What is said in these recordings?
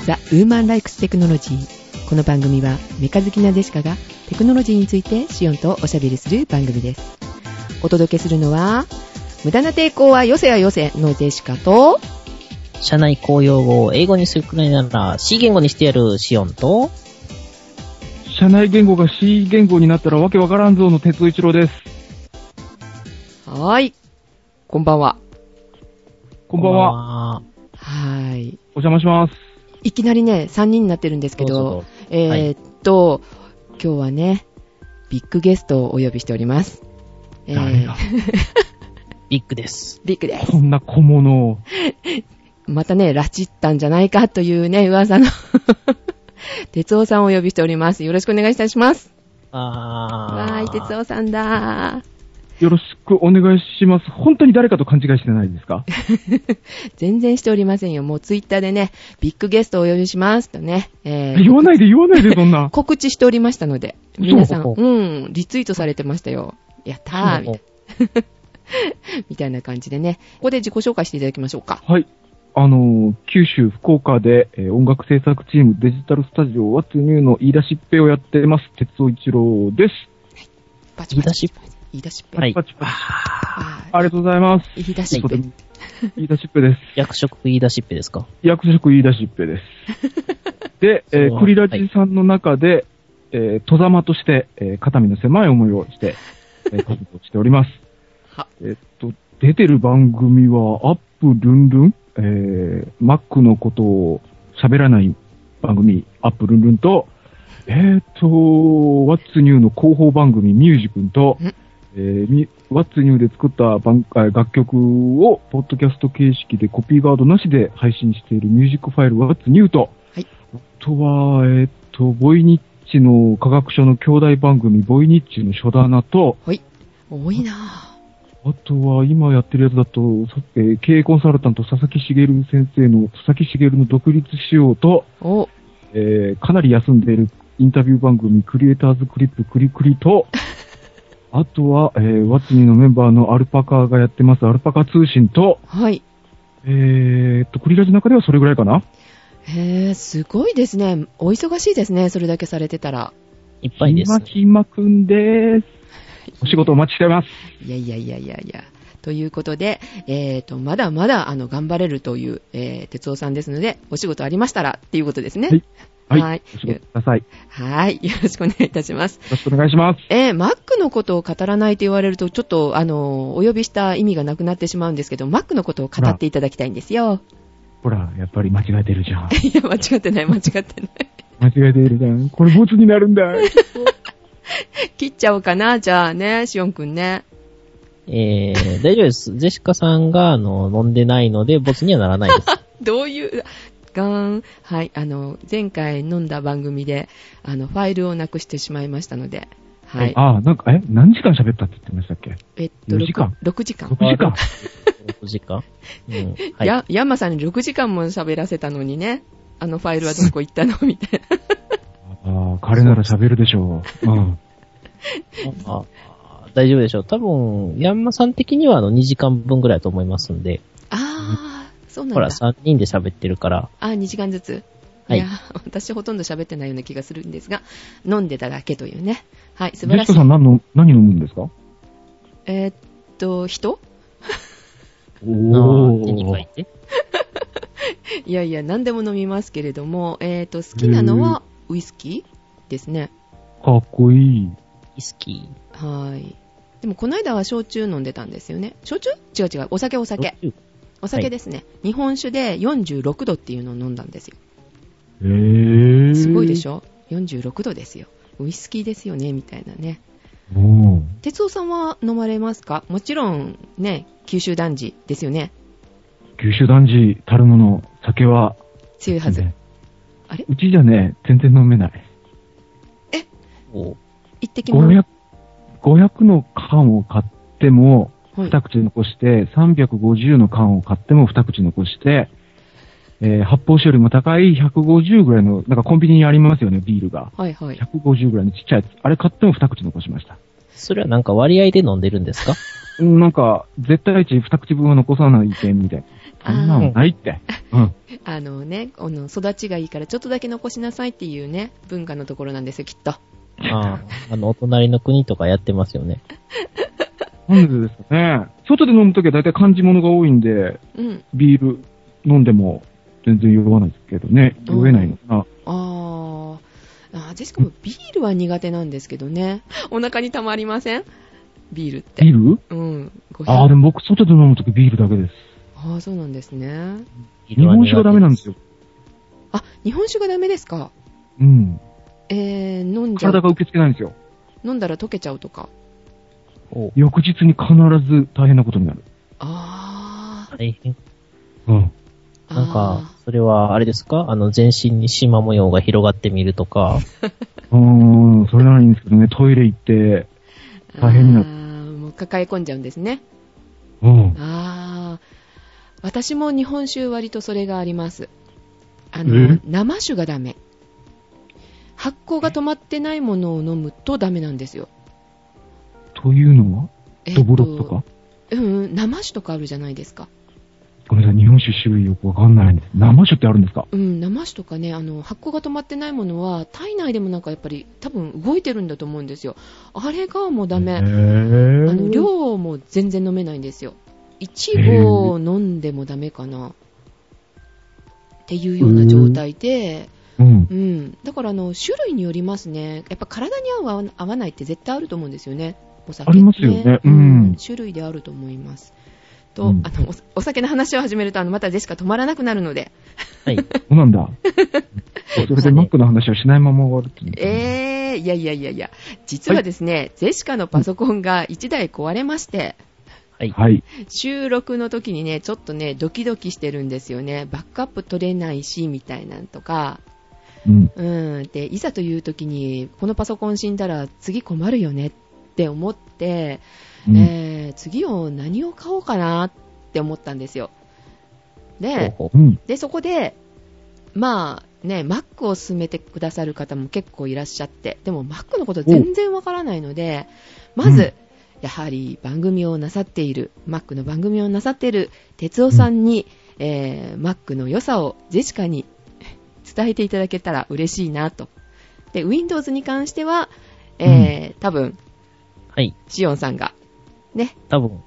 ザ・ウーマン・ライクス・テクノロジー。この番組はメカ好きなジェシカがテクノロジーについてシオンとおしゃべりする番組です。お届けするのは無駄な抵抗はよせやよせのジェシカと、 社内公用語を英語にするくらいなら C 言語にしてやるシオンと、 社内言語が C 言語になったらわけわからんぞの鉄尾一郎です。 はい、こんばんは。 こんばんは。 はい。 お邪魔します。 いきなりね、3人になってるんですけど、今日はね、ビッグゲストをお呼びしております。 誰がビッグです。 ビッグです。 こんな小物を。 またね、拉致ったんじゃないかというね、噂の哲夫さんをお呼びしております。よろしくお願いいたします。わーい、哲夫さんだー。 よろしくお願いします。本当に誰かと勘違いしてないですか？ 全然しておりませんよ。もうツイッターでね、ビッグゲストをお呼びしますとね。 言わないで、そんな。 告知しておりましたので、皆さん、リツイートされてましたよ。やったー、みたいな。みたいな感じでね。ここで自己紹介していただきましょうか。 はい。九州福岡で、音楽制作チームデジタルスタジオWhat's Newの言い出しっぺをやってます。鉄尾一郎です。 パチパチ。言い出しっぺ。 はい。パチパチ。ありがとうございます。 言い出しっぺ。 言い出しっぺです。 役職言い出しっぺですか？ 役職言い出しっぺです。で、クリラジさんの中で、戸様として、肩身の狭い思いをして、活動しております。出てる番組は、アップルンルン、Mac のことを喋らない番組、アップルンルンと、What's New の広報番組、ミュージ君と、What's New で作った楽曲を、ポッドキャスト形式でコピーガードなしで配信しているミュージックファイル What's New と、はい、あとは、ボイニッチの科学書の兄弟番組、ボイニッチの書棚と、 はい、多いなぁ。 あとは、今やってるやつだと、経営コンサルタント佐々木茂先生の佐々木茂の独立しようと、かなり休んでいるインタビュー番組、クリエイターズクリップクリクリと、あとは、What's New のメンバーのアルパカがやってます、アルパカ通信と、 はい。 クリラジの中ではそれぐらいかな。 すごいですね。お忙しいですね、それだけされてたら。 いっぱいです。 ひまくんでーす。お仕事お待ちしてます。 いや。ということで、まだまだ、頑張れるという、哲夫さんですので、お仕事ありましたら、っていうことですね。 はい。お仕事ください。 はい。よろしくお願いいたします。 よろしくお願いします。 Mac のことを語らないと言われると、ちょっと、お呼びした意味がなくなってしまうんですけど、Mac のことを語っていただきたいんですよ。 ほら、やっぱり間違えてるじゃん。 いや、間違ってない。 間違えてるじゃん。これボツになるんだ。 切っちゃおうかな、じゃあね、シオンくんね。 大丈夫です。ジェシカさんが、飲んでないので、ボツにはならないです。 どういう、はい、前回飲んだ番組で、ファイルをなくしてしまいましたので、はい。 なんか、何時間喋ったって言ってましたっけ？4時間。 6時間。 6時間うん。はい。 ヤンマさんに6時間も喋らせたのにね、ファイルはどこ行ったのみたいな。 彼なら喋るでしょう。うん。 大丈夫でしょう。多分、ヤンマさん的には2時間分ぐらいだと思いますんで。 そうなんだ。 ほら、3人で喋ってるから。 2時間ずつ。 はい。 いや、私ほとんど喋ってないような気がするんですが、飲んでただけというね。はい、素晴らしい。 ジェシカさん何飲むんですか？ 人手に書いて。 いや、何でも飲みますけれども、好きなのはウイスキーですね。 かっこいい。 ウイスキー。 はい。でもこの間は焼酎飲んでたんですよね。焼酎？違う。お酒。お酒ですね。日本酒で46度っていうのを飲んだんですよ。すごいでしょ？ 46 度ですよ。ウイスキーですよね、みたいなね。哲夫さんは飲まれますか？もちろんね、九州男児ですよね。 九州男児たるもの、酒は強いはず。あれ？ うちじゃね、全然飲めない。 行ってきます。 500の缶を買っても2口残して、350の缶を買っても2口残して、発泡酒よりも高い150ぐらいの、なんかコンビニにありますよね、ビールが。 はい。 150ぐらいのちっちゃいやつ。あれ買っても2口残しました。 それはなんか割合で飲んでるんですか？ なんか、絶対値2口分は残さない意見みたいな。 そんなのないって。うん。 ね、育ちがいいからちょっとだけ残しなさいっていうね、文化のところなんですよ、きっと。 お隣の国とかやってますよね。 なんでですかね。外で飲むときは大体感じ物が多いんで、うん、ビール飲んでも全然酔わないですけどね。酔えないのかな。 ジェシカもビールは苦手なんですけどね。お腹にたまりません？ビールって。 ビール？ うん。 でも僕外で飲むときビールだけです。 そうなんですね。 日本酒がダメなんですよ。 日本酒がダメですか？ うん。 飲んじゃう。 体が受け付けないんですよ。 飲んだら溶けちゃうとか。 翌日に必ず大変なことになる。 大変。 うん。 なんか、それはあれですか？全身に縞模様が広がってみるとか。 それならいいんですけどね、トイレ行って、大変になる。 もう抱え込んじゃうんですね。 うん。 私も日本酒割とそれがあります。生酒がダメ。発酵が止まってないものを飲むとダメなんですよ。 というのはドボロとか？ 生酒とかあるじゃないですか。 ごめんなさい、日本酒種類よくわかんないんです。生酒ってあるんですか？ 生酒とかね、発酵が止まってないものは、体内でもなんかやっぱり多分動いてるんだと思うんですよ。あれがもうダメ。量も全然飲めないんですよ。1合飲んでもダメかな。っていうような状態で、だから種類によりますね。やっぱ体に合わないって絶対あると思うんですよね。お酒って、ね。 ありますよね。 種類であると思います。と、お酒の話を始めると、またジェシカ止まらなくなるので。 はい。 そうなんだ。それでマックの話をしないまま終わるって。 いや。実はですね、ジェシカのパソコンが1台壊れまして、 はい。 収録の時にね、ちょっとね、ドキドキしてるんですよね。バックアップ取れないし、みたいなんとか。で、いざという時に、このパソコン死んだら次困るよねって思って、次何を買おうかなって思ったんですよ。で、そこで、Mac を勧めてくださる方も結構いらっしゃって、でも Mac のこと全然わからないので、まず、やはり番組をなさっている、Mac の番組をなさっている哲夫さんに、Mac の良さをジェシカに伝えていただけたら嬉しいなと。で、Windows に関しては、多分、シオンさんが、ね。 多分。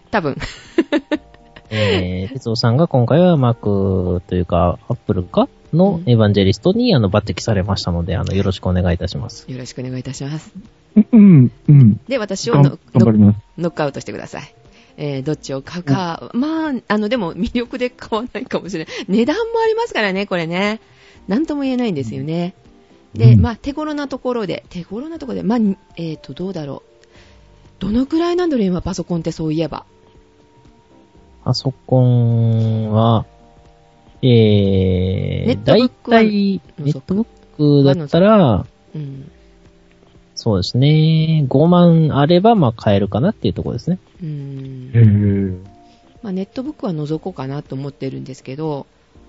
哲夫さんが今回は Mac というか Apple かのエヴァンジェリストに抜擢されましたので、よろしくお願いいたします。 よろしくお願いいたします。で、私をノックアウトしてください。どっちを買うか、でも魅力で買わないかもしれない。値段もありますからね、これね。なんとも言えないんですよね。で、手頃なところで、どうだろう。どのくらいなんだろう、今パソコンってそういえば。 パソコンは、だいたいネットブックだったら、そうですね、5万あれば買えるかなっていうところですね。 ネットブックは除こうかなと思ってるんですけど、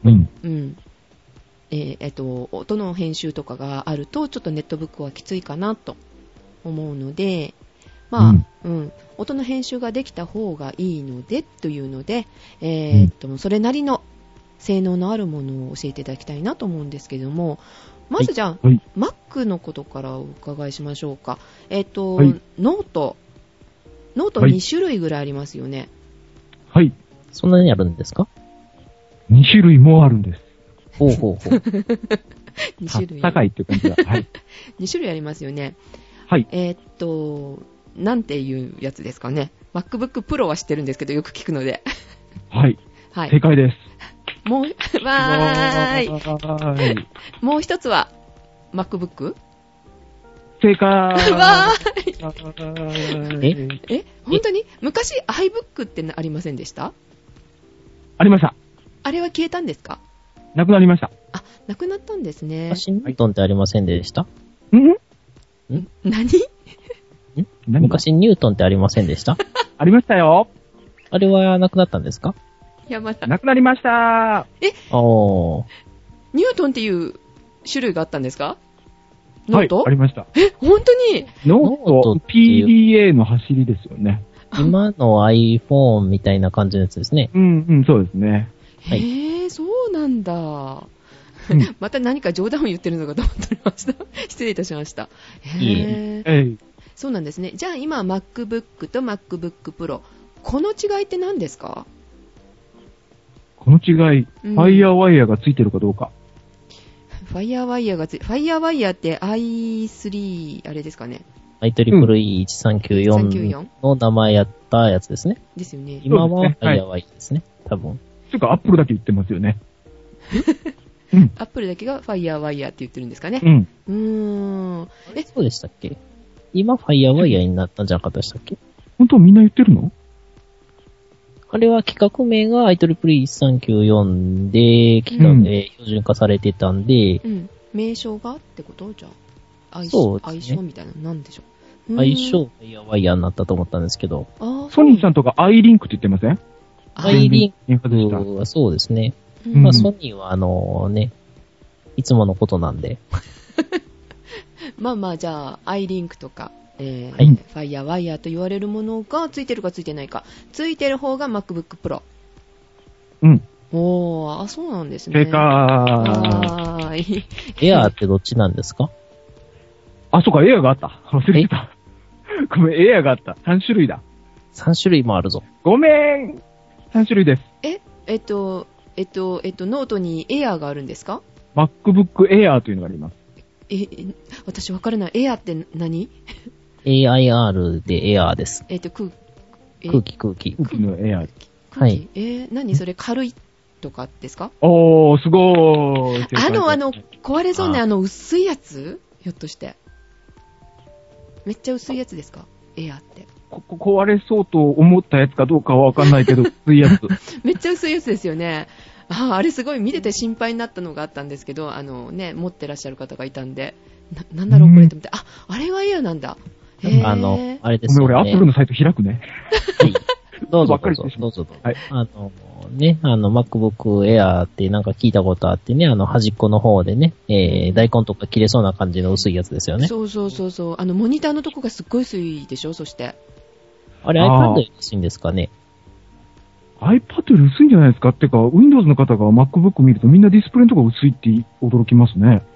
音の編集とかがあるとちょっとネットブックはきついかなと思うので、音の編集ができた方がいいのでというので、それなりの性能のあるものを教えていただきたいなと思うんですけども、まずじゃあ、Mac のことからお伺いしましょうか。ノート2種類ぐらいありますよね。 はい。 そんなにあるんですか？ 2 種類もあるんです。 ほう。 2種類。 高いっていう感じだ。はい。 2種類ありますよね。 はい。 なんていうやつですかね。MacBook Pro は知ってるんですけど、よく聞くので。 はい。正解です。 もう一つは、MacBook？ 正解。 わーい。本当に？昔 iBook ってありませんでした？ ありました。 あれは消えたんですか？ なくなりました。 なくなったんですね。 昔ニュートンってありませんでした？ 何？ 昔ニュートンってありませんでした？ ありましたよ。 あれはなくなったんですか？ なくなりました。 ニュートンっていう種類があったんですか？ノート？ ありました。 本当に？ ノート PDA の走りですよね。 今の iPhone みたいな感じのやつですね。 そうですね。 はい、 そうなんだ。また何か冗談を言ってるのかと思っておりました。失礼いたしました。そうなんですね。じゃあ今 MacBook と MacBook Pro、この違いって何ですか？ この違い、FireWire がついてるかどうか。 FireWire って i3 あれですかね。 IEEE1394 の名前やったやつですね。 ですよね。 今は FireWire ですね。多分。 というか Apple だけ言ってますよね。 アップルだけが FireWire って言ってるんですかね。 そうでしたっけ？今 FireWire になったんじゃなかったでしたっけ？ 本当みんな言ってるの？ あれは規格名が IEEE1394 で標準化されてたんで、 名称がってことじゃあ。 そうですね。 相性みたいなのなんでしょう。 相性 FireWire になったと思ったんですけど。 ソニーさんとか iLink って言ってません？ iLink はそうですね。まあソニーはいつものことなんで。 まあまあじゃあ iLink とか。FireWire と言われるものがついてるかついてないか。ついてる方が MacBook Pro。そうなんですね。 正解。 Air ってどっちなんですか？ そうか、Air があった。忘れてた。ごめん、Air があった。3種類だ。 3種類もあるぞ。 ごめん。3種類です。 ノートに Air があるんですか？ MacBook Air というのがあります。 私わからない。Air って何 ？AIR で Air です。 空気。 空気の Air。 はい。 何それ軽いとかですか？ すごーい。 壊れそうな薄いやつ？ひょっとして。めっちゃ薄いやつですか？ Air って。 壊れそうと思ったやつかどうかはわかんないけど、薄いやつ。 めっちゃ薄いやつですよね。あれすごい見てて心配になったのがあったんですけど、持ってらっしゃる方がいたんで、なんだろうこれと思って、あれはAirなんだ。 あれですよね。 俺、Apple のサイト開くね。 はい。どうぞ。はい。MacBook Air ってなんか聞いたことあってね、端っこの方でね、大根とか切れそうな感じの薄いやつですよね。 そう。モニターのとこがすっごい薄いでしょ、そして。 あれ iPad より薄いんですかね？ iPad より薄いんじゃないですか？ってか、Windows の方が MacBook 見るとみんなディスプレイのとこが薄いって驚きますね。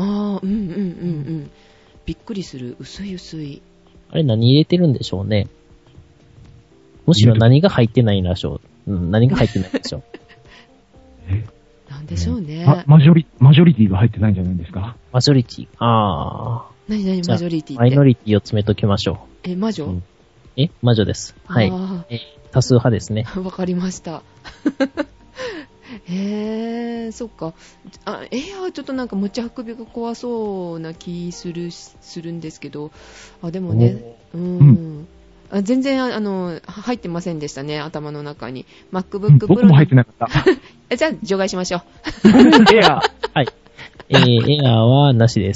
びっくりする。薄い。 あれ何入れてるんでしょうね。むしろ何が入ってないんでしょう。何が入ってないんでしょう。 なんでしょうね。 マジョリティが入ってないんじゃないんですか？ マジョリティ。 何マジョリティって。 マイノリティを詰めときましょう。魔女？ 魔女です。はい。多数派ですね。 わかりました。そっか。Air はちょっとなんか持ち運びが怖そうな気するんですけど、でもね、全然入ってませんでしたね、頭の中に。MacBook Pro。 僕も入ってなかった。 じゃあ除外しましょう。 Air。 はい。Air はなしです。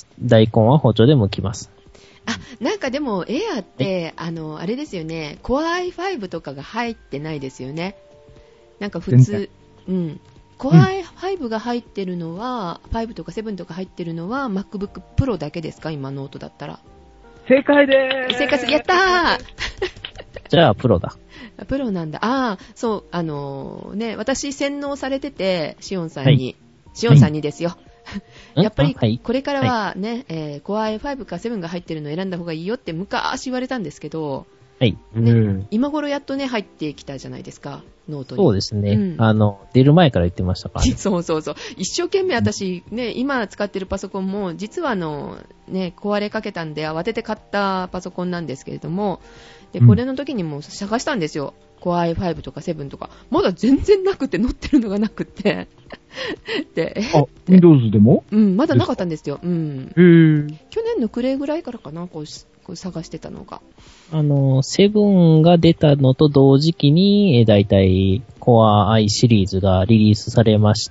大根は包丁で剥きます。 なんかでも Air って、あれですよね、Core i5 とかが入ってないですよね。なんか普通、Core i5 が入ってるのは、5とか7とか入ってるのは MacBook Pro だけですか？今ノートだったら。 正解でーす。 正解やったーじゃあプロだ。 プロなんだ。そう、私洗脳されてて、シオンさんにですよ。やっぱりこれからはね、Core i5 か7が入ってるのを選んだ方がいいよって昔言われたんですけど、今頃やっとね入ってきたじゃないですか、ノートに。 そうですね。出る前から言ってましたからね。 そう。一生懸命私ね、今使ってるパソコンも実は壊れかけたんで慌てて買ったパソコンなんですけれども、でこれの時にも探したんですよ。Core i5 とか7とかまだ全然なくて、載ってるのがなくてで Windows でも？ まだなかったんですよ。去年の暮れぐらいからかな、こう探してたのが。 7が出たのと同時期に、だいたい Core i シリーズがリリースされまして、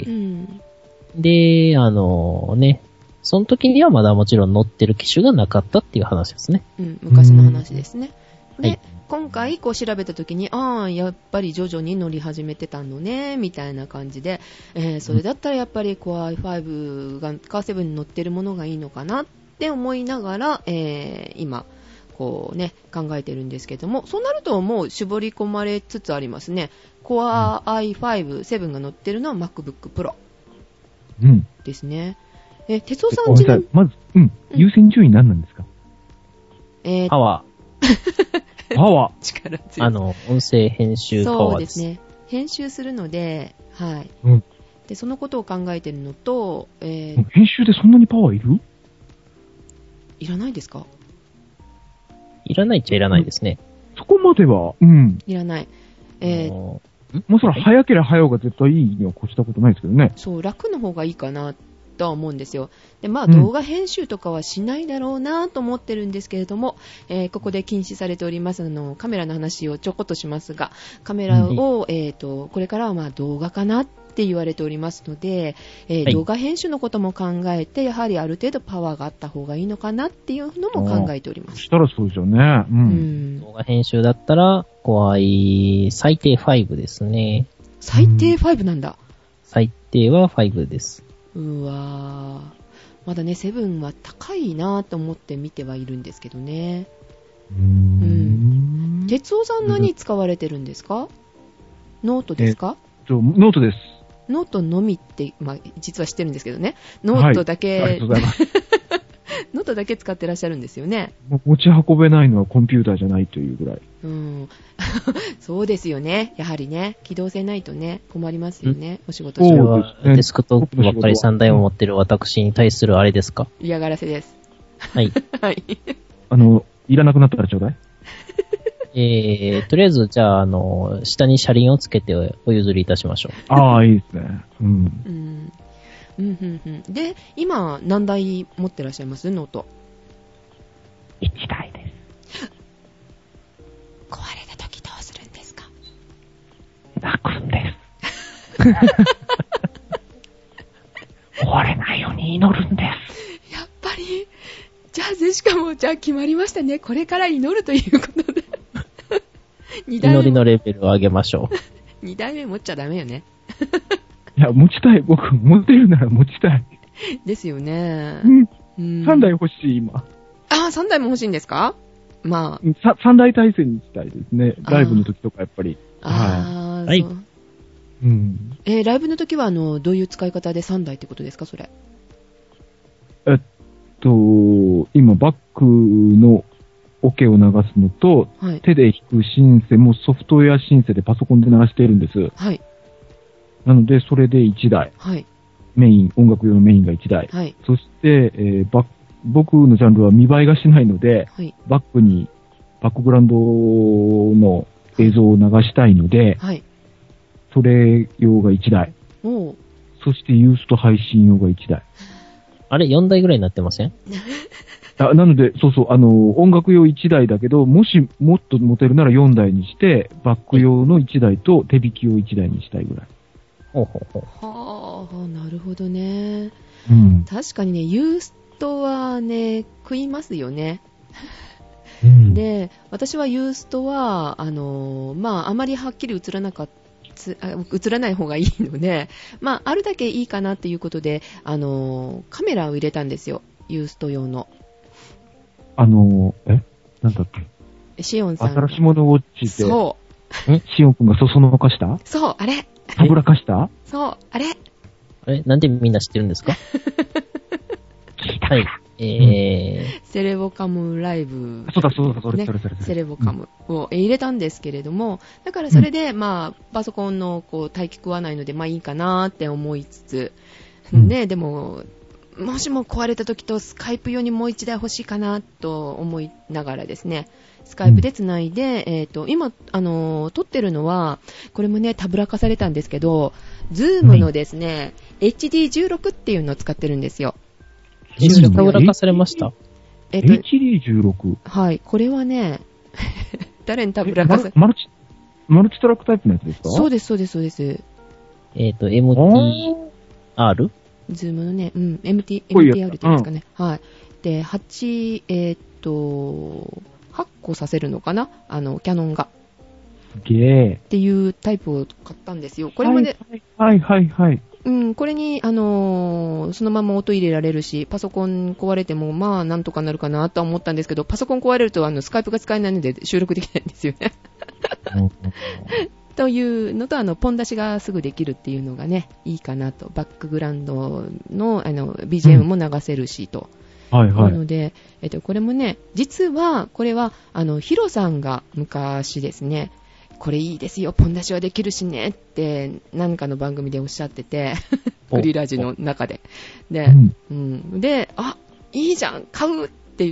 で、その時にはまだもちろん載ってる機種がなかったっていう話ですね。 昔の話ですね。で、今回調べた時に、やっぱり徐々に乗り始めてたのねみたいな感じで、それだったらやっぱり Core i5 が Core7 に乗ってるものがいいのかなって思いながら、今こうね、考えてるんですけども、そうなるともう絞り込まれつつありますね。Core i5、7が載ってるのは MacBook Pro ですね。哲夫さんちなみに。 まず、優先順位何なんですか？ パワー。パワー。 力強い。 音声編集パワーです。 そうですね。編集するので、はい。で、そのことを考えてるのと、 編集でそんなにパワーいる？ いらないですか？ いらないっちゃいらないですね。 そこまでは、 いらない。 もうそれ早ければ早うが絶対いいには越したことないですけどね。 そう、楽の方がいいかなとは思うんですよ。で、まあ、動画編集とかはしないだろうなと思ってるんですけれども、ここで禁止されておりますカメラの話をちょこっとしますが、カメラを、これからはまあ動画かなって言われておりますので、動画編集のことも考えて、やはりある程度パワーがあった方がいいのかなっていうのも考えております。 したらそうですよね。 動画編集だったら、Core i最低5ですね。 最低5なんだ。 最低は5です。 うわー。まだね、7は高いなと思って見てはいるんですけどね。哲夫さん何使われてるんですか？ノートですか？ ノートです。 ノートのみって、まあ、実は知ってるんですけどね。ノートだけ、 ありがとうございます。 ノートだけ使ってらっしゃるんですよね。 持ち運べないのはコンピューターじゃないというぐらい。 そうですよね。やはりね、機動性ないとね、困りますよね。お仕事中は。デスクトップばっかり3台を持ってる私に対するあれですか？ 嫌がらせです。 はい。 はい。 いらなくなったらちょうだい。 とりあえず、じゃあ、下に車輪をつけてお譲りいたしましょう。 ああ、いいですね。 で、今、何台持ってらっしゃいます？ノート。 1台です。 壊れた時どうするんですか？ 泣くんです。壊れないように祈るんです。 やっぱり、しかも、決まりましたね。これから祈るということで。 祈りのレベルを上げましょう。2台目持っちゃダメよね。 いや、持ちたい。僕、持てるなら持ちたい。 ですよね。 3台欲しい、今。 3台も欲しいんですか？まあ。 3台体制にしたいですね。ライブの時とか、やっぱり。 はい。 ライブの時は、どういう使い方で3台ってことですか、それ？ 今、バックのオケを流すのと、手で弾くシンセもソフトウェアシンセでパソコンで鳴らしているんです。 はい。 なので、それで1台。 はい。 音楽用のメインが1台。 はい。 そして、僕のジャンルは見栄えがしないので、 はい。 バックグラウンドの映像を流したいので、 はい。 それ用が1台。そしてユースト配信用が1台。 あれ、4台ぐらいになってません？ なので、音楽用1台だけど、もしもっと持てるなら4台にして、バック用の1台と手引き用1台にしたいぐらい。 はあ、なるほどね。確かにね、ユーストはね、食いますよね。で、私はユーストは、あまりはっきり映らない方がいいので、あるだけいいかなっていうことで、カメラを入れたんですよ。ユースト用の。 なんだっけ？ シオンさん。 新しいものウォッチで。 そう。 シオンくんがそのかした？ そう、あれ。 たぶらかした？ そう、あれ。 なんでみんな知ってるんですか？はい。 セレボカムライブ。 そうだ、それ。 セレボカムを入れたんですけれども、だからそれで、パソコンの待機食わないので、いいかなって思いつつ、ね、でも、もしも壊れた時とスカイプ用にもう一台欲しいかなと思いながらですね、スカイプでつないで、今、撮ってるのは、これもね、たぶらかされたんですけど、ズームのですね、HD16 っていうのを使ってるんですよ。 たぶらかされました？ HD16？ はい、これはね、誰にたぶらかされマルチトラックタイプのやつですか？ そうです。 MTR？ ズームのね、MTR っていうんですかね。はい。で、8個させるのかな？キャノンが。 すげー。 っていうタイプを買ったんですよ。これまで。 はい。 うん、これに、そのまま音入れられるし、パソコン壊れても、まあ、なんとかなるかなとは思ったんですけど、パソコン壊れると、スカイプが使えないので収録できないんですよね。というのと、ポン出しがすぐできるっていうのがね、いいかなと。バックグラウンドの、BGM も流せるしと。はいはい。なので、これもね、実は、これは、ヒロさんが昔ですね、これいいですよ、ポン出しはできるしねって、何かの番組でおっしゃってて、クリラジの中で。で、うん、で、あ、いいじゃん、買うって言って、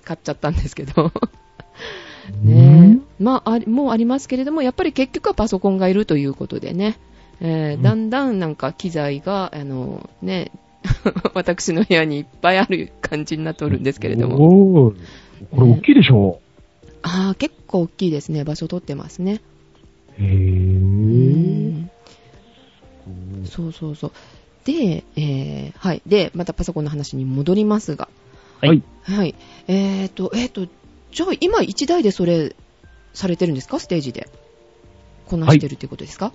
買っちゃったんですけど。ね、まあ、もうありますけれども、やっぱり結局はパソコンがいるということでね、だんだんなんか機材が、ね、私の部屋にいっぱいある感じになっておるんですけれども。 おー、これ大きいでしょう。 ああ、結構大きいですね。場所取ってますね。 へー。 そうそうそう。で、はい。で、またパソコンの話に戻りますが。 はい。 はい。じゃあ今1台でそれされてるんですか？ステージで。こなしてるっていうことですか？はい、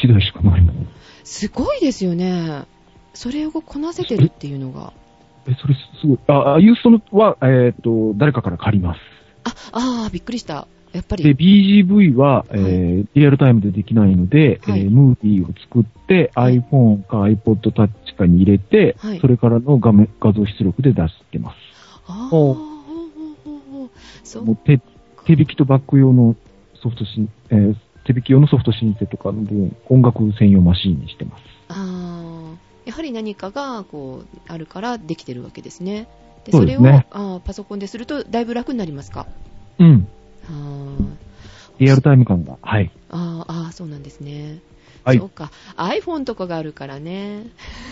1台しかないの。 すごいですよね。それをこなせてるっていうのが。 それすごい。ユーストは、誰かから借ります。 びっくりした。やっぱり。 で、BGV は、リアルタイムでできないので、ムービーを作って、iPhone か iPod Touch かに入れて、それからの画像出力で出してます。そうもう手引きとバック用のソフト手引き用のソフトシンセとかの分、音楽専用マシーンにしてます。 やはり何かがこうあるからできてるわけですね。でそれを、パソコンでするとだいぶ楽になりますか？ うん。リアルタイム感が。はい。 そうなんですね。 はい。 そうか。iPhone とかがあるからね。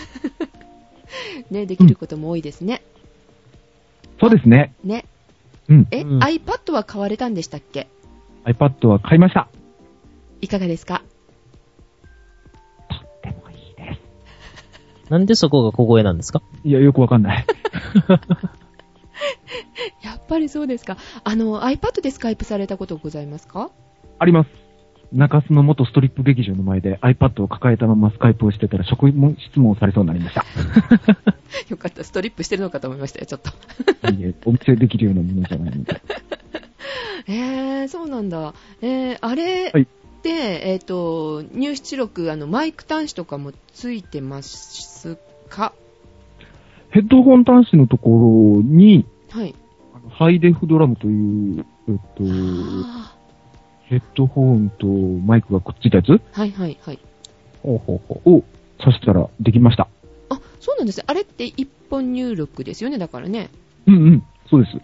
ね、できることも多いですね。 そうですね。 ね。 うん。 iPad は買われたんでしたっけ？ iPad は買いました。 いかがですか？ とってもいいです。 なんでそこが小声なんですか？ いや、よくわかんない。 やっぱりそうですか。iPad でスカイプされたことございますか？ あります。中洲の元ストリップ劇場の前で iPad を抱えたままスカイプをしてたら職務質問をされそうになりました。 よかった。ストリップしてるのかと思いましたよ、ちょっと。 いえ、お見せできるようなものじゃないので。 そうなんだ。あれって、入出力、マイク端子とかもついてますか？ ヘッドホン端子のところに、 はい。 ハイデフドラムという、ヘッドホンとマイクがくっついたやつ？ はいはいはい。 を挿したらできました。 そうなんですね。あれって一本入力ですよね、だからね。 うんうん、そうです。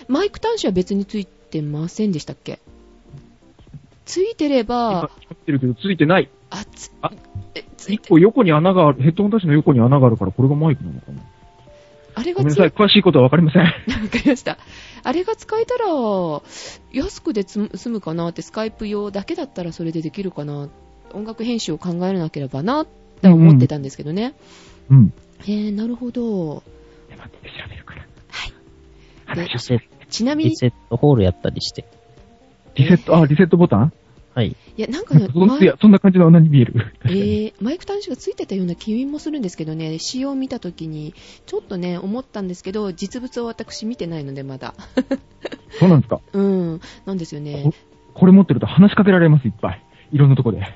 マイク端子は別についてませんでしたっけ？ついてれば。 ついてるけどついてない。 一個横に穴がある、ヘッドホン端子の横に穴があるからこれがマイクなのかな？ あれがごめんなさい、詳しいことはわかりません。わかりました。あれが使えたら、安くで済むかなって、スカイプ用だけだったらそれでできるかな、音楽編集を考えなければなって思ってたんですけどね。なるほど。 で、待って調べるから。 はい。ちなみに。 リセットホールやったりして。 リセットボタン？ はい。 いや、なんかね、 そんな感じの穴に見える。 マイク端子がついてたような気もするんですけどね、仕様を見たときに、ちょっとね、思ったんですけど、実物を私見てないので、まだ。 そうなんですか？ なんですよね。 これ持ってると話しかけられます、いっぱい。いろんなとこで。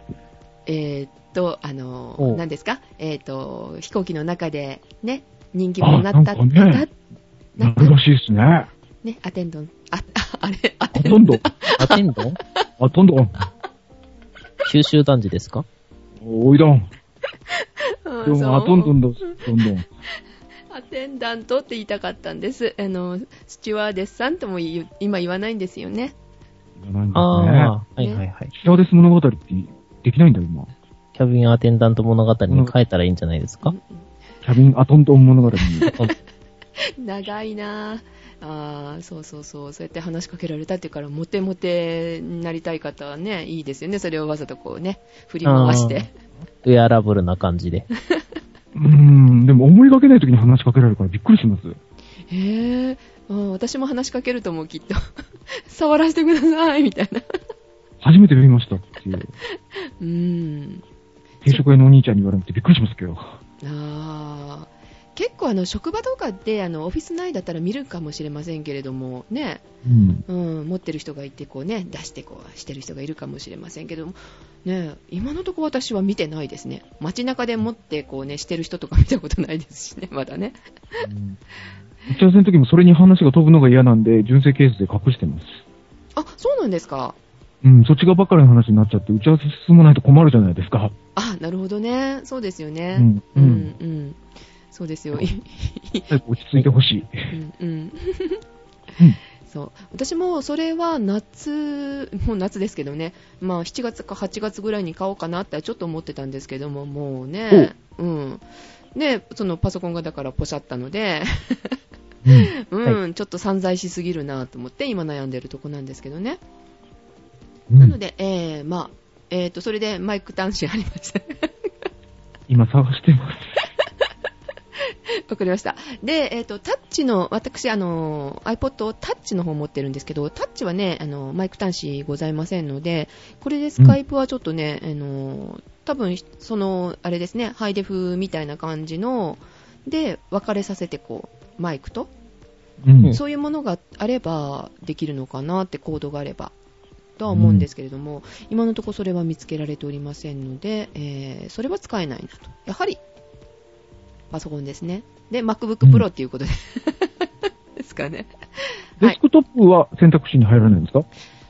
何ですか？飛行機の中で、ね、人気者になったって。 なるらしいですね。 ね、アテンドン。 アテンドン。 アテンドン？ アテンドン。 九州男児ですか？ おいどん。でも、アトンドンだ、どんどん。 アテンダントって言いたかったんです。スチュワーデスさんとも今言わないんですよね。 言わないんですね。 はいはいはい。 スチュワーデス物語ってできないんだよ、今。 キャビンアテンダント物語に変えたらいいんじゃないですか？ キャビンアトンドン物語に。 長いなぁ。そうやって話しかけられたっていうから、モテモテになりたい方はね、いいですよね。それをわざとこうね、振り回して。 ウェアラブルな感じで。 でも思いがけない時に話しかけられるからびっくりします。 私も話しかけると思う、きっと。触らせてください、みたいな。 初めて見ましたっていう。 定食屋のお兄ちゃんに言われてびっくりしますけど。 結構職場とかでオフィス内だったら見るかもしれませんけれどもね、持ってる人がいてこうね出してこうしてる人がいるかもしれませんけどもね、今のところ私は見てないですね。街中で持ってこうねしてる人とか見たことないですしね、まだね。 打ち合わせの時もそれに話が飛ぶのが嫌なんで純正ケースで隠してます。 あ、そうなんですか。 そっち側ばっかりの話になっちゃって打ち合わせ進まないと困るじゃないですか。 あ、なるほどね。そうですよね。そうですよ。 早く落ち着いてほしい。 そう。私もそれはもう夏ですけどね、まあ7月か8月ぐらいに買おうかなってちょっと思ってたんですけども、もうね、で、そのパソコンがだからポシャったので、ちょっと散財しすぎるなと思って今悩んでるとこなんですけどね。なので、それでマイク端子ありました。 今探してます。 わかりました。で、タッチの、私、iPod タッチの方持ってるんですけど、タッチはね、マイク端子ございませんので、これでスカイプはちょっとね、多分、あれですね、ハイデフみたいな感じの、で、分かれさせて、こう、マイクと、そういうものがあれば、できるのかなって、コードがあれば、とは思うんですけれども、今のところそれは見つけられておりませんので、それは使えないなと。やはり、パソコンですね。で、MacBook Pro っていうことで、ですかね。 デスクトップは選択肢に入らないんですか？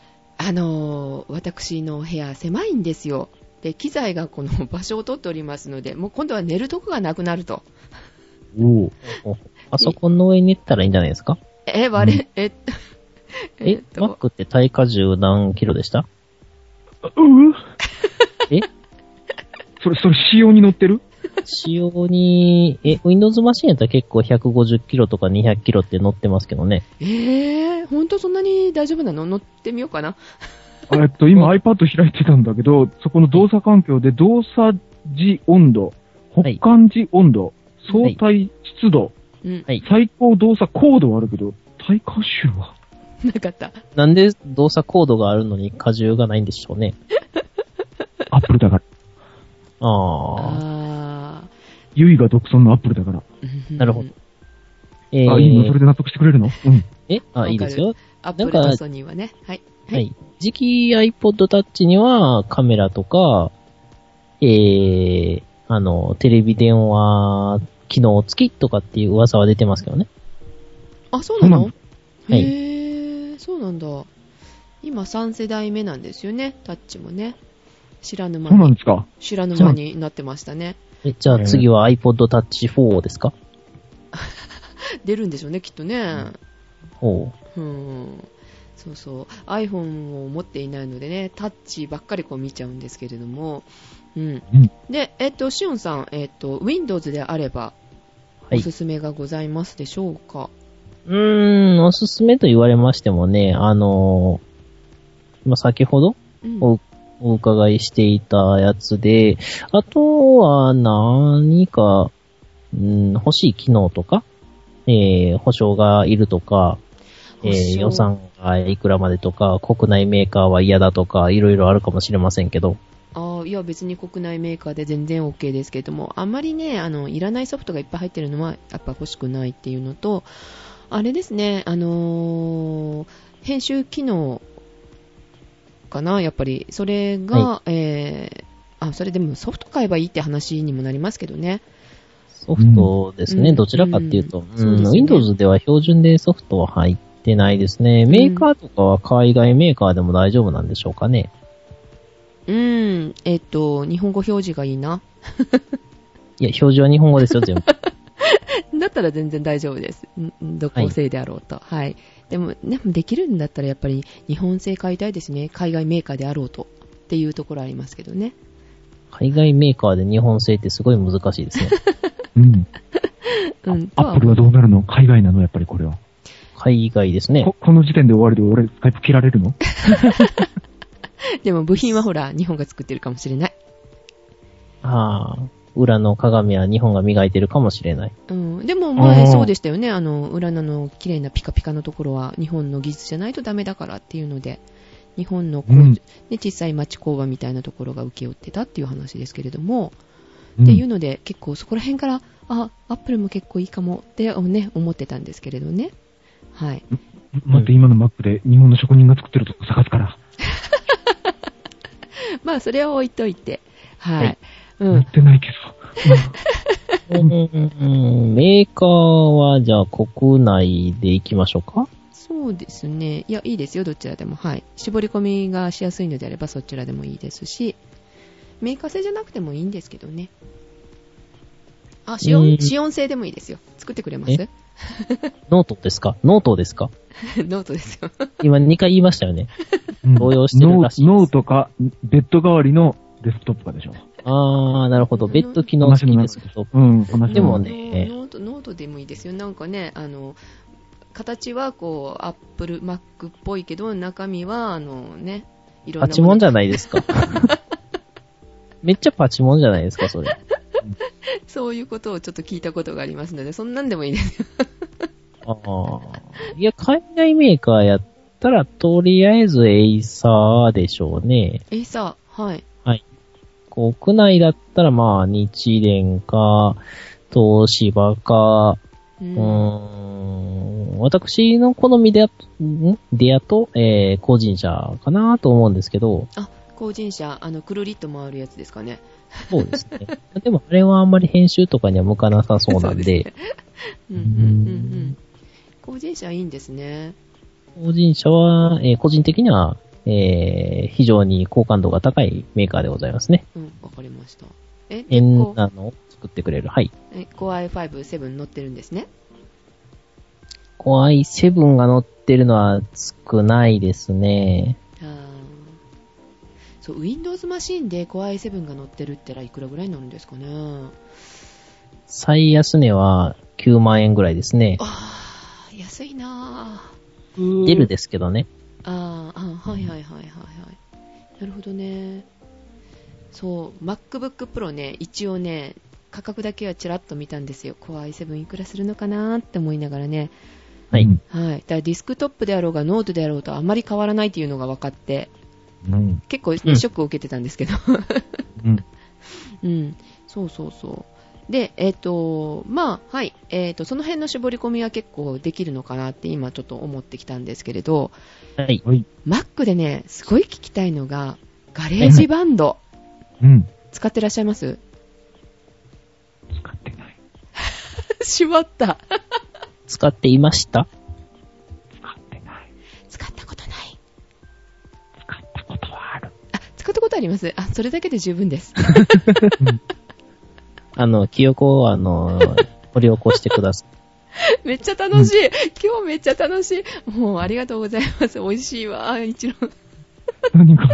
私の部屋狭いんですよ。で、機材がこの場所を取っておりますので、もう今度は寝るとこがなくなると。 パソコンの上に寝たらいいんじゃないですか？Mac って耐荷重何キロでした？ それ仕様に乗ってる？ 仕様に、Windows マシンやったら結構150キロとか200キロって乗ってますけどね。 ほんとそんなに大丈夫なの？乗ってみようかな。 今 iPad 開いてたんだけど、そこの動作環境で動作時温度、保管時温度、相対湿度、最高動作高度はあるけど、耐荷重はなかった。 なんで動作コードがあるのに荷重がないんでしょうね。 アップルだから。ユイが独尊のアップルだから。 なるほど。 いいの？それで納得してくれるの？ いいですよ。 アップルとソニーはね。はい。 次期 iPod Touch にはカメラとか、テレビ電話機能付きとかっていう噂は出てますけどね。 あ、そうなの？そうなんだ。今3世代目なんですよね、タッチもね。知らぬ間に。 そうなんですか？ 知らぬ間になってましたね。 じゃあ次は iPod Touch 4ですか？ 出るんでしょうね、きっとね。そうそう。iPhone を持っていないのでね、タッチばっかりこう見ちゃうんですけれども。で、シオンさん、Windows であれば、おすすめがございますでしょうか？ おすすめと言われましてもね、先ほど、お伺いしていたやつで、あとは何か、欲しい機能とか、保証がいるとか、予算がいくらまでとか、国内メーカーは嫌だとか、いろいろあるかもしれませんけど。 いや別に国内メーカーで全然 OK ですけれども、あんまりね、いらないソフトがいっぱい入ってるのはやっぱ欲しくないっていうのと、あれですね、編集機能かな、やっぱり。それが、それでもソフト買えばいいって話にもなりますけどね。 ソフトですね、どちらかっていうと。Windows では標準でソフトは入ってないですね。メーカーとかは海外メーカーでも大丈夫なんでしょうかね。 日本語表示がいいな。 いや、表示は日本語ですよ、全部。 だったら全然大丈夫です。どこ製であろうと。はい。でもできるんだったらやっぱり日本製買いたいですね。海外メーカーであろうとっていうところありますけどね。 海外メーカーで日本製ってすごい難しいですね。 アップルはどうなるの？海外なの？やっぱりこれは。 海外ですね。 この時点で終わりで俺スカイプ切られるの？ でも部品はほら日本が作ってるかもしれない。 裏の鏡は日本が磨いてるかもしれない。 でも前そうでしたよね。裏の綺麗なピカピカのところは日本の技術じゃないとダメだからっていうので、 日本の工場、ね、小さい町工場みたいなところが請け負ってたっていう話ですけれども、っていうので結構そこら辺からアップルも結構いいかもって、ね、思ってたんですけれどね。はい。 待って、今の Mac で日本の職人が作ってるとこ探すから。 まあそれは置いといて、はい。 売ってないけど。メーカーはじゃあ国内で行きましょうか？ そうですね。いや、いいですよ、どちらでも。はい。絞り込みがしやすいのであればそちらでもいいですし、メーカー製じゃなくてもいいんですけどね。試音製でもいいですよ。作ってくれます？ ノートですか？ノートですか？ ノートですよ。 今2回言いましたよね。動揺してるらしいです。 ノートか、ベッド代わりのデスクトップかでしょ。 なるほど。ベッド機能付きデスクトップ。でもね、 ノートでもいいですよ。なんかね、形はこう、アップル、Mac っぽいけど、中身は、ね、いろんなもの。 パチモンじゃないですか。めっちゃパチモンじゃないですか、それ。 そういうことをちょっと聞いたことがありますので、そんなんでもいいですよ。 いや、海外メーカーやったら、とりあえずエイサーでしょうね。 エイサー、はい。 はい。国内だったら、まあ、日蓮か、東芝か、私の好みでやと、個人車かなと思うんですけど。 個人車、くるりっと回るやつですかね。 そうですね。でも、あれはあんまり編集とかには向かなさそうなんで。 個人車いいんですね。 個人車は、個人的には、非常に好感度が高いメーカーでございますね。 わかりました。 変なのを作ってくれる。はい。 Core i5、7乗ってるんですね。 Core i7 が乗ってるのは少ないですね。 そう、Windows マシンで Core i7 が乗ってるってらいくらぐらいになるんですかね。 最安値は9万円ぐらいですね。 安いなぁ。出るですけどね。 はい。なるほどね。そう、MacBook Pro ね、一応ね、価格だけはちらっと見たんですよ。Core i7 いくらするのかなって思いながらね。 はい。 はい。だからディスクトップであろうがノートであろうとあんまり変わらないっていうのが分かって、結構、ね、ショックを受けてたんですけど。そう。で、まあ、はい。その辺の絞り込みは結構できるのかなって今ちょっと思ってきたんですけれど、 はい。 Mac でね、すごい聞きたいのが、ガレージバンド。使ってらっしゃいます？ 使ってない。 しまった。 使っていました？ 使ってない。 使ったことない。 使ったことはある。 使ったことあります？それだけで十分です。 記憶を、掘り起こしてください。 めっちゃ楽しい。今日めっちゃ楽しい。もう、ありがとうございます。美味しいわ、一郎。 何か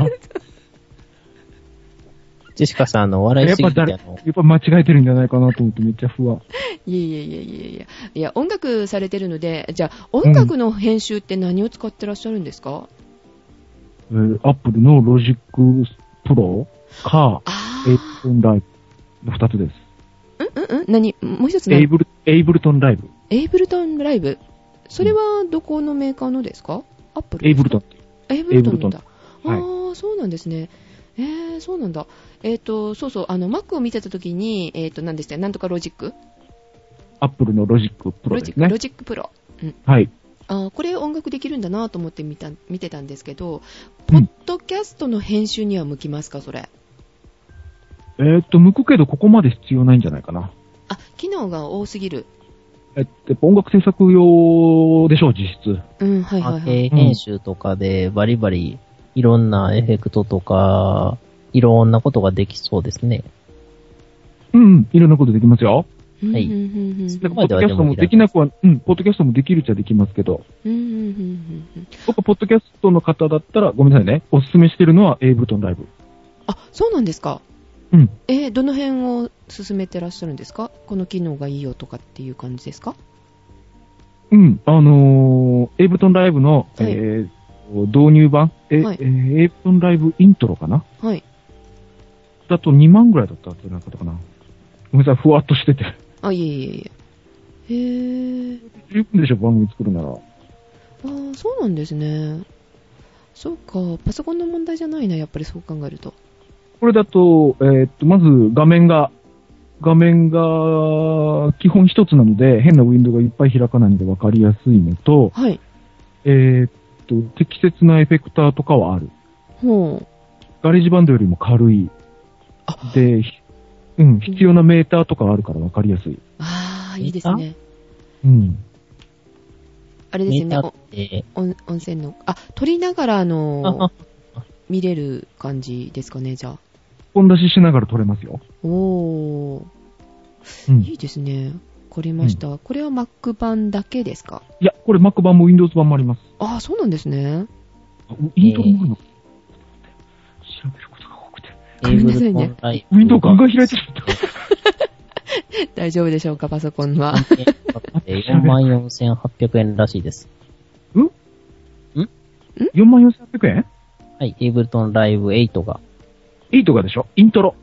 ジェシカさん、笑いすぎてやっぱ間違えてるんじゃないかなと思ってめっちゃ不安。 いや、音楽されてるので、じゃあ、音楽の編集って何を使ってらっしゃるんですか？ アップルのロジックプロか、エイブルトンライブの2つです。 何？もう一つエイブルトンライブ。 エイブルトンライブ。それはどこのメーカーのですか？アップルですか？ エイブルトン。 エイブルトンだ。 はい。 そうなんですね。そうなんだ。そう、Mac を見てたときに、何でした？なんとかロジック？ アップルのロジックプロですね。 ロジックプロ。 はい。 これ音楽できるんだなと思って見てたんですけど、ポッドキャストの編集には向きますか、それ？ 向くけどここまで必要ないんじゃないかな。 機能が多すぎる。 音楽制作用でしょう、実質。 はい。 編集とかでバリバリいろんなエフェクトとか、いろんなことができそうですね。 いろんなことできますよ。 はい。 ポッドキャストもできなくは、ポッドキャストもできるっちゃできますけど。僕、ポッドキャストの方だったら、ごめんなさいね、おすすめしてるのはエイブルトンライブ。 そうなんですか。どの辺を進めてらっしゃるんですか？この機能がいいよとかっていう感じですか？ エイブルトンライブの、導入版、エイブルトンライブイントロかな？ はい。 だと2万ぐらいだったんじゃなかったかな。ごめんなさい、ふわっとしてて。 いえ。 十分でしょ、番組作るなら。 そうなんですね。 そうか、パソコンの問題じゃないな、やっぱりそう考えると。 これだと、まず画面が基本一つなので、変なウィンドウがいっぱい開かないので分かりやすいのと、 はい。 適切なエフェクターとかはある。 ほう。 ガレージバンドよりも軽い。で、必要なメーターとかあるから分かりやすい。 ああ、いいですね。あれですね、温泉の、撮りながら見れる感じですかね、じゃあ。 本出ししながら撮れますよ。 おー。いいですね。わかりました。これは Mac 版だけですか？ いや、これ Mac 版も Windows 版もあります。 ああ、そうなんですね。 イントロもあるの？調べることが多くて。 ごめんなさいね。 ウィンドウガンガン開いてるんだ。 大丈夫でしょうか、パソコンは。 44,800 円らしいです。 ?44,800 円？ はい、Ableton Live 8が。 8がでしょ？イントロ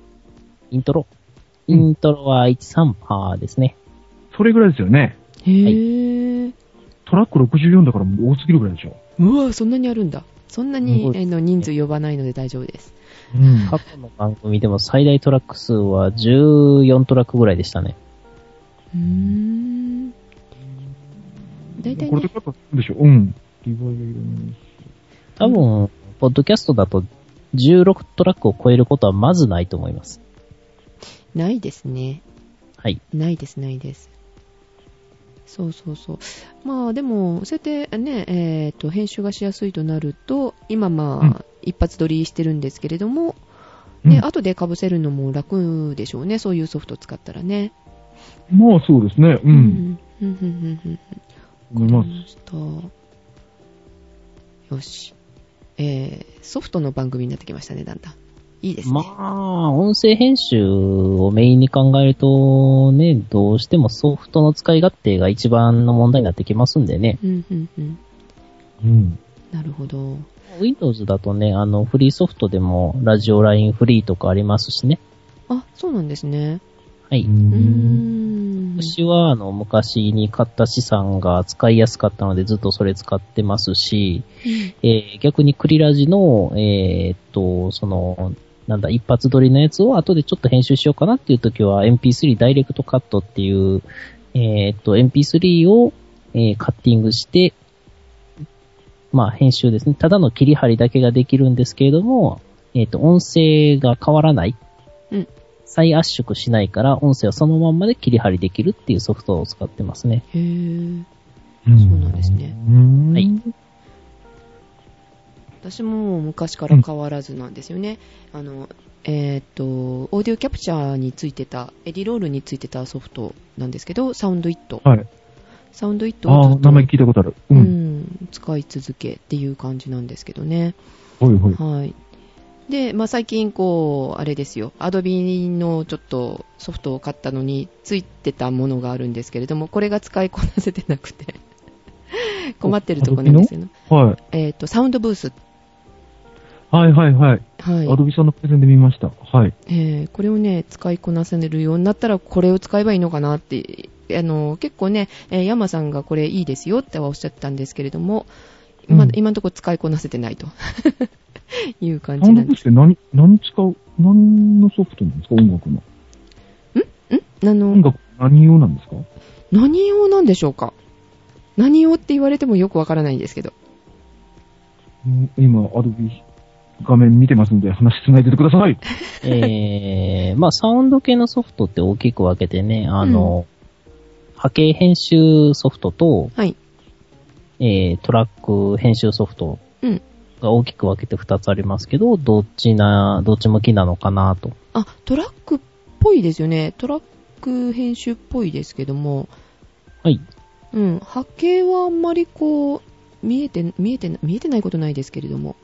は 13% ですね。 それぐらいですよね。 へぇ、はい。 トラック64だから多すぎるぐらいでしょ。 うわぁ、そんなにあるんだ。そんなに人数呼ばないので大丈夫です。 過去の番組でも最大トラック数は14トラックぐらいでしたね。 大体ね。 これでカットするんでしょ？ 多分、ポッドキャストだと16トラックを超えることはまずないと思います。 ないですね。 はい。 ないです。そう。まあでも、そうやってね、編集がしやすいとなると、今一発撮りしてるんですけれども、ね、後で被せるのも楽でしょうね、そういうソフトを使ったらね。 まあそうですね、 思います。よし。ソフトの番組になってきましたね、だんだん。いいですね。 まあ、音声編集をメインに考えるとね、どうしてもソフトの使い勝手が一番の問題になってきますんでね。 なるほど。 Windows だとね、フリーソフトでもラジオラインフリーとかありますしね。 あ、そうなんですね。 はい。私は昔に買った資産が使いやすかったのでずっとそれ使ってますし、逆にクリラジの、一発撮りのやつを後でちょっと編集しようかなっていう時は MP3 ダイレクトカットっていう、MP3 を、カッティングして、まあ編集ですね。ただの切り張りだけができるんですけれども、音声が変わらない。再圧縮しないから音声はそのまんまで切り張りできるっていうソフトを使ってますね。 へー。そうなんですね。 はい。 私も昔から変わらずなんですよね。オーディオキャプチャーについてた、エディロールについてたソフトなんですけど、サウンドイット。 はい。 サウンドイットを名前聞いたことある。 使い続けっていう感じなんですけどね。 はい。 で、最近あれですよ、アドビのちょっとソフトを買ったのについてたものがあるんですけれども、これが使いこなせてなくて困ってるところなんですよね。サウンドブース。 はい。アドビさんのプレゼンで見ました。はい。 これをね、使いこなせるようになったら、これを使えばいいのかなって、結構ね、山さんがこれいいですよってはおっしゃってたんですけれども、今のところ使いこなせてないという感じなんです。 サウンドブースって何のソフトなんですか？音楽の。音楽何用なんですか？ 何用なんでしょうか？何用って言われてもよくわからないんですけど。 今、アドビ画面見てますんで話つないでてください。 サウンド系のソフトって大きく分けてね、波形編集ソフトと、 はい。 トラック編集ソフトが大きく分けて2つありますけど、どっち向きなのかなと。 トラックっぽいですよね。トラック編集っぽいですけども。 はい。 波形はあんまり見えてないことないですけれども。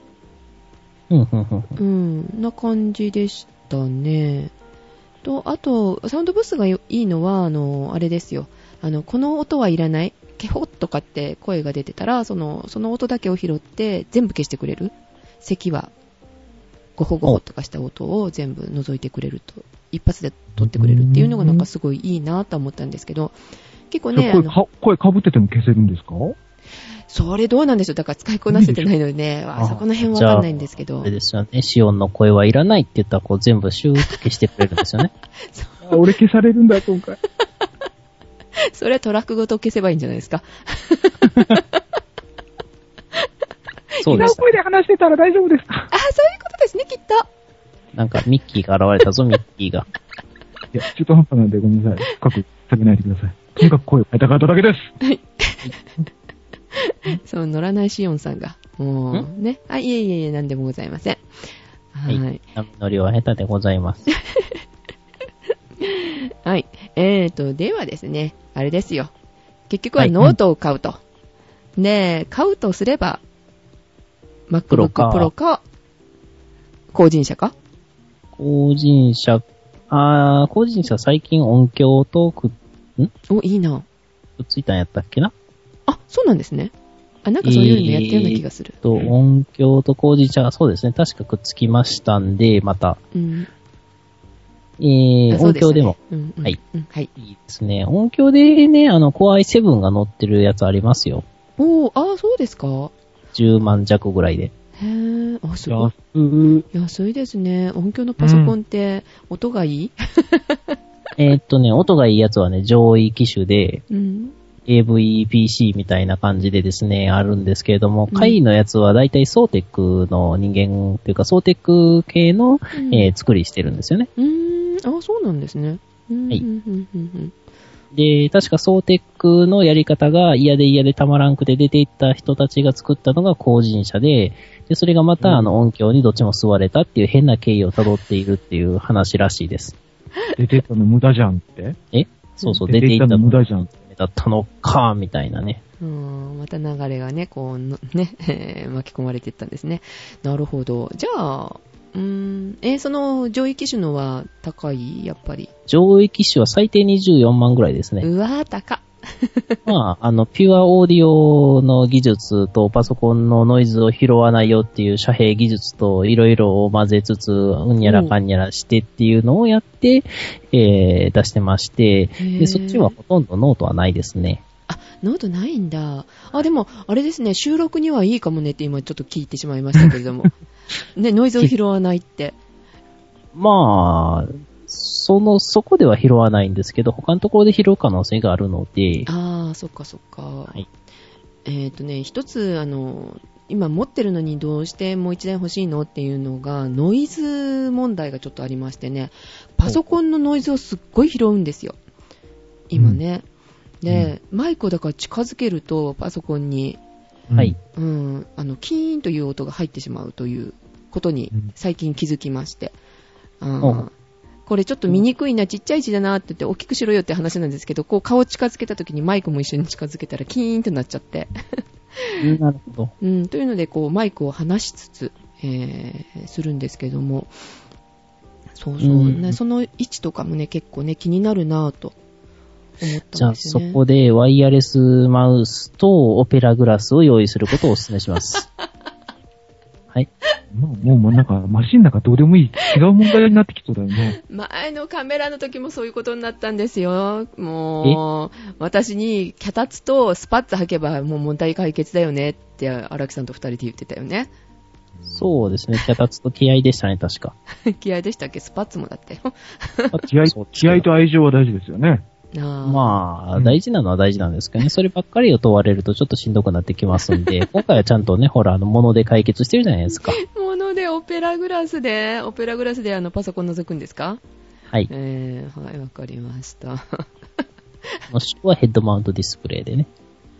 な感じでしたね。あと、サウンドブースがいいのは、あれですよ。この音はいらない。ケホッとかって声が出てたら、その音だけを拾って全部消してくれる。咳は、ゴホゴホとかした音を全部除いてくれると、一発で撮ってくれるっていうのがなんかすごいいいなと思ったんですけど、結構ね、 声かぶってても消せるんですか？ それどうなんでしょう。だから使いこなせてないのでね、そこの辺わかんないんですけど。 あれですよね。シオンの声はいらないって言ったら、こう全部シューッと消してくれるんですよね。 俺消されるんだ、今回。 それはトラックごと消せばいいんじゃないですか。 そうです。違う声で話してたら大丈夫ですか？ そういうことですね、きっと。 なんか、ミッキーが現れたぞ、ミッキーが。 いや、中途半端なんでごめんなさい。深く下げないでください。とにかく声を変えたかっただけです。はい。 そう、乗らないシオンさんが。もう、ね。いえ、なんでもございません。 はい。波乗りは下手でございます。 はい。ではですね、あれですよ。結局はノートを買うと。で、買うとすれば、MacBook Pro か、後進車か？ 後進車最近音響といいな。 くっついたんやったっけな？ そうなんですね。なんかそういうのやったような気がする。 音響と後進車、そうですね。確かくっつきましたんで、また。音響でも。はい。はい。いいですね。音響でね、Core i7 が載ってるやつありますよ。 そうですか。 10万弱ぐらいで。 すごい。安いですね。音響のパソコンって、音がいい？ 音がいいやつはね、上位機種で、AVPC みたいな感じでですね、あるんですけれども、下位のやつはだいたいソーテックの人間というか、ソーテック系の、作りしてるんですよね。 そうなんですね。はい。 で、確かソーテックのやり方が嫌でたまらんくて出ていった人たちが作ったのが後進車で、それがまた音響にどっちも吸われたっていう変な経緯を辿っているっていう話らしいです。 出ていったの無駄じゃんって？ そう、出ていったの無駄じゃん。 だったのか、みたいなね。 また流れがね、こう、ね、巻き込まれていったんですね。なるほど。じゃあ、その上位機種のは高い？やっぱり。 上位機種は最低24万ぐらいですね。 高っ。 まあ、ピュアオーディオの技術とパソコンのノイズを拾わないよっていう遮蔽技術といろいろを混ぜつつ、うんにゃらかんにゃらしてっていうのをやって、出してまして、で、そっちはほとんどノートはないですね。 ノートないんだ。でも、あれですね、収録にはいいかもねって今ちょっと聞いてしまいましたけれども。ね、ノイズを拾わないって。 まあ、そこでは拾わないんですけど、他のところで拾う可能性があるので。 そっかそっか。 はい。 一つ、今持ってるのにどうしてもう一台欲しいのっていうのが、ノイズ問題がちょっとありましてね、パソコンのノイズをすっごい拾うんですよ。今ね。で、マイクをだから近づけると、パソコンに、 はい。 キーンという音が入ってしまうということに最近気づきまして。これちょっと見にくいな、ちっちゃい字だなって言って大きくしろよって話なんですけど、こう顔近づけた時にマイクも一緒に近づけたらキーンとなっちゃって。 なるほど。 というので、こうマイクを離しつつ、するんですけども、その位置とかもね、結構ね、気になるなぁと思ったんですよね。 じゃあそこでワイヤレスマウスとオペラグラスを用意することをお勧めします。はい。 もうなんかマシンなんかどうでもいい違う問題になってきそうだよね。 前のカメラの時もそういうことになったんですよ。もう私に脚立とスパッツ履けばもう問題解決だよねって荒木さんと二人で言ってたよね。 そうですね。脚立と気合でしたね、確か。 気合でしたっけ？スパッツもだってよ。 気合と愛情は大事ですよね。 まあ、大事なのは大事なんですけどね。そればっかりを問われるとちょっとしんどくなってきますんで、今回はちゃんとね、ほら、物で解決してるじゃないですか。 物でオペラグラスでパソコン覗くんですか？ はい。 はい、わかりました。 もしくはヘッドマウントディスプレイでね。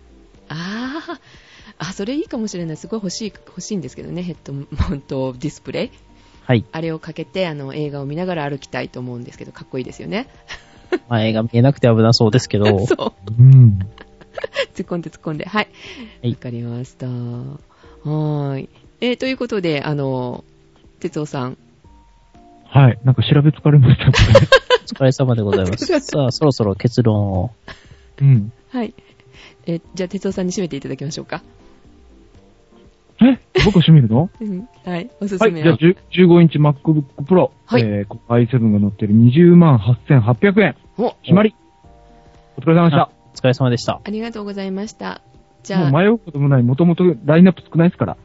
それいいかもしれない。すごい欲しいんですけどね、ヘッドマウントディスプレイ。 はい。 あれをかけて、映画を見ながら歩きたいと思うんですけど、かっこいいですよね。 映画見えなくて危なそうですけど。 そう。突っ込んで。はい。わかりました。はい。ということで、哲夫さん。 はい。なんか調べ疲れました、ね。 お疲れ様でございます。さあ、そろそろ結論を。 はい。じゃあ、哲夫さんに締めていただきましょうか。 僕締めるの？ はい。おすすめは。はい。じゃあ、15インチ MacBook Pro。はい。i7 が乗ってる208,800円。決まり。お疲れ様でした。 お疲れ様でした。 ありがとうございました。 じゃあ。 もう迷うこともない、もともとラインナップ少ないですから。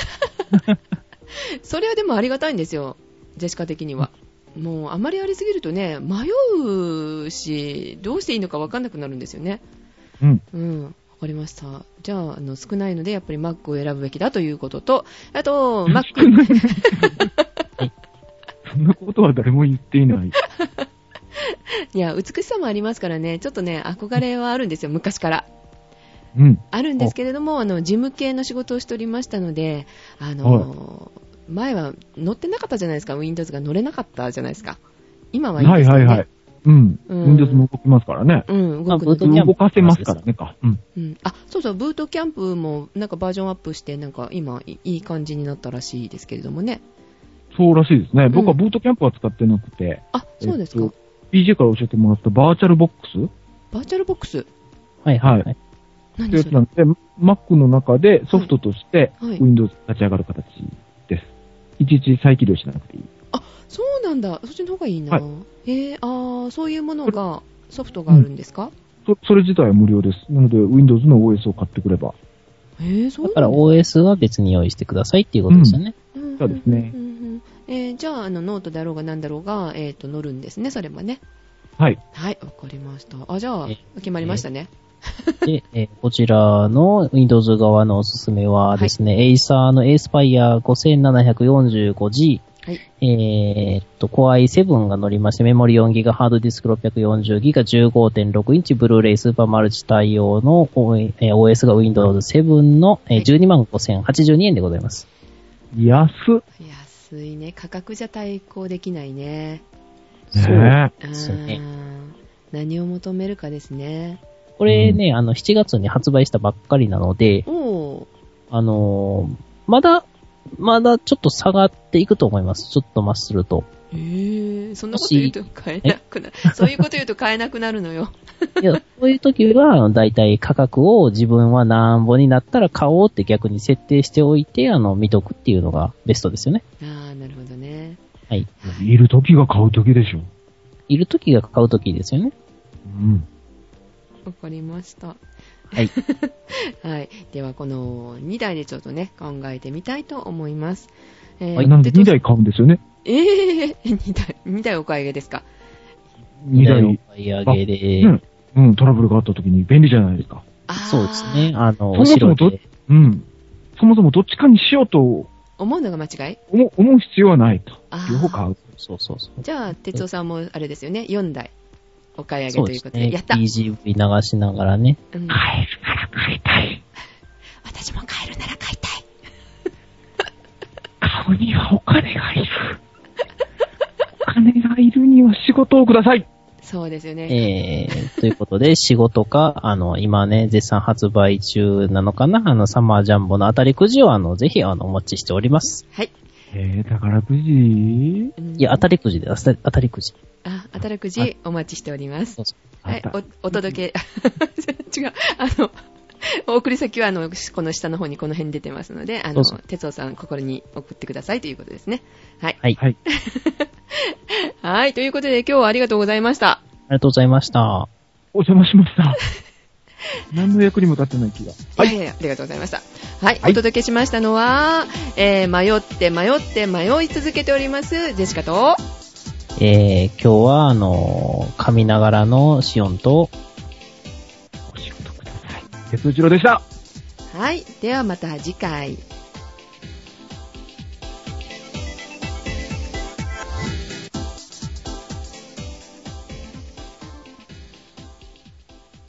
それはでもありがたいんですよ、ジェシカ的には。もうあまりありすぎるとね、迷うし、どうしていいのか分かんなくなるんですよね。 うん。 うん。わかりました。じゃあ、少ないので、やっぱり Mac を選ぶべきだということと、あと、Mac。 そんなことは誰も言っていない。 いや、美しさもありますからね、ちょっとね、憧れはあるんですよ、昔から。 うん。 あるんですけれども、事務系の仕事をしておりましたので、前は乗ってなかったじゃないですか、Windows が乗れなかったじゃないですか。今はいいですよね。はいはいはい。 うん。Windows も動きますからね。 うん、 動かせますからねか。 うん。あ、そうそう、ブートキャンプもなんかバージョンアップして、なんか今いい感じになったらしいですけれどもね。 そうらしいですね。僕はブートキャンプは使ってなくて。 あ、そうですか。 PJ から教えてもらったバーチャルボックス？ バーチャルボックス？ はいはい。 何それ？ってやつなんで、Mac の中でソフトとして Windows 立ち上がる形です。いちいち再起動しなくていい。 あ、そうなんだ。そっちの方がいいな。そういうものが、ソフトがあるんですか？ それ自体は無料です。なので、Windows の OS を買ってくれば。 そうだから OS は別に用意してくださいっていうことですよね。 そうですね。 じゃあ、ノートだろうが何だろうが、載るんですね、それはね。 はい。 はい、わかりました。あ、じゃあ、決まりましたね。 で、こちらの Windows 側のおすすめはですね、Acer の Aspire 5745G。はい。Core i7 が乗りまして、メモリ 4GB、ハードディスク 640GB、15.6 インチ、ブルーレイスーパーマルチ対応の OS が Windows 7の125,082円でございます。 安いね。価格じゃ対抗できないね。 そうですね。 何を求めるかですね。 これね、7月に発売したばっかりなので、まだちょっと下がっていくと思います。ちょっと増すると。 そんなこと言うと買えなくなる。そういうこと言うと買えなくなるのよ。 いや、そういう時は、だいたい価格を自分は何本になったら買おうって逆に設定しておいて、見とくっていうのがベストですよね。 ああ、なるほどね。 はい。 いる時が買う時でしょ。 いる時が買う時ですよね。 うん。 わかりました。 はい。 はい。では、この2台でちょっとね、考えてみたいと思います。 なんで2台買うんですよね。 2台お買い上げですか。 2台お買い上げで。 トラブルがあった時に便利じゃないですか。 そうですね。 そもそもどっちかにしようと思うのが間違い？ 思う必要はないと。両方買う。 そう。 じゃあ、哲夫さんもあれですよね、4台お買い上げということで、やった。 PGV 流しながらね。 買えるなら買いたい。 私も買えるなら買いたい。 買うにはお金がいる。お金がいるには仕事をください。 そうですよね。 ということで、仕事か、今ね、絶賛発売中なのかな、サマージャンボの当たりくじを、ぜひ、お待ちしております。 はい。 宝くじ？ いや、当たりくじで、当たりくじ。 当たりくじ、お待ちしております。はい、お届け、違う、お送り先は、この下の方にこの辺出てますので、哲夫さん、ここに送ってくださいということですね。はい。 はい。 はい、ということで、今日はありがとうございました。 ありがとうございました。 お邪魔しました。何の役にも立ってない気が。 はい。ありがとうございました。はい。お届けしましたのは、迷い続けております、ジェシカと、 今日は、噛みながらのシオンと、 お仕事ください。鉄内郎でした。 はい。ではまた次回。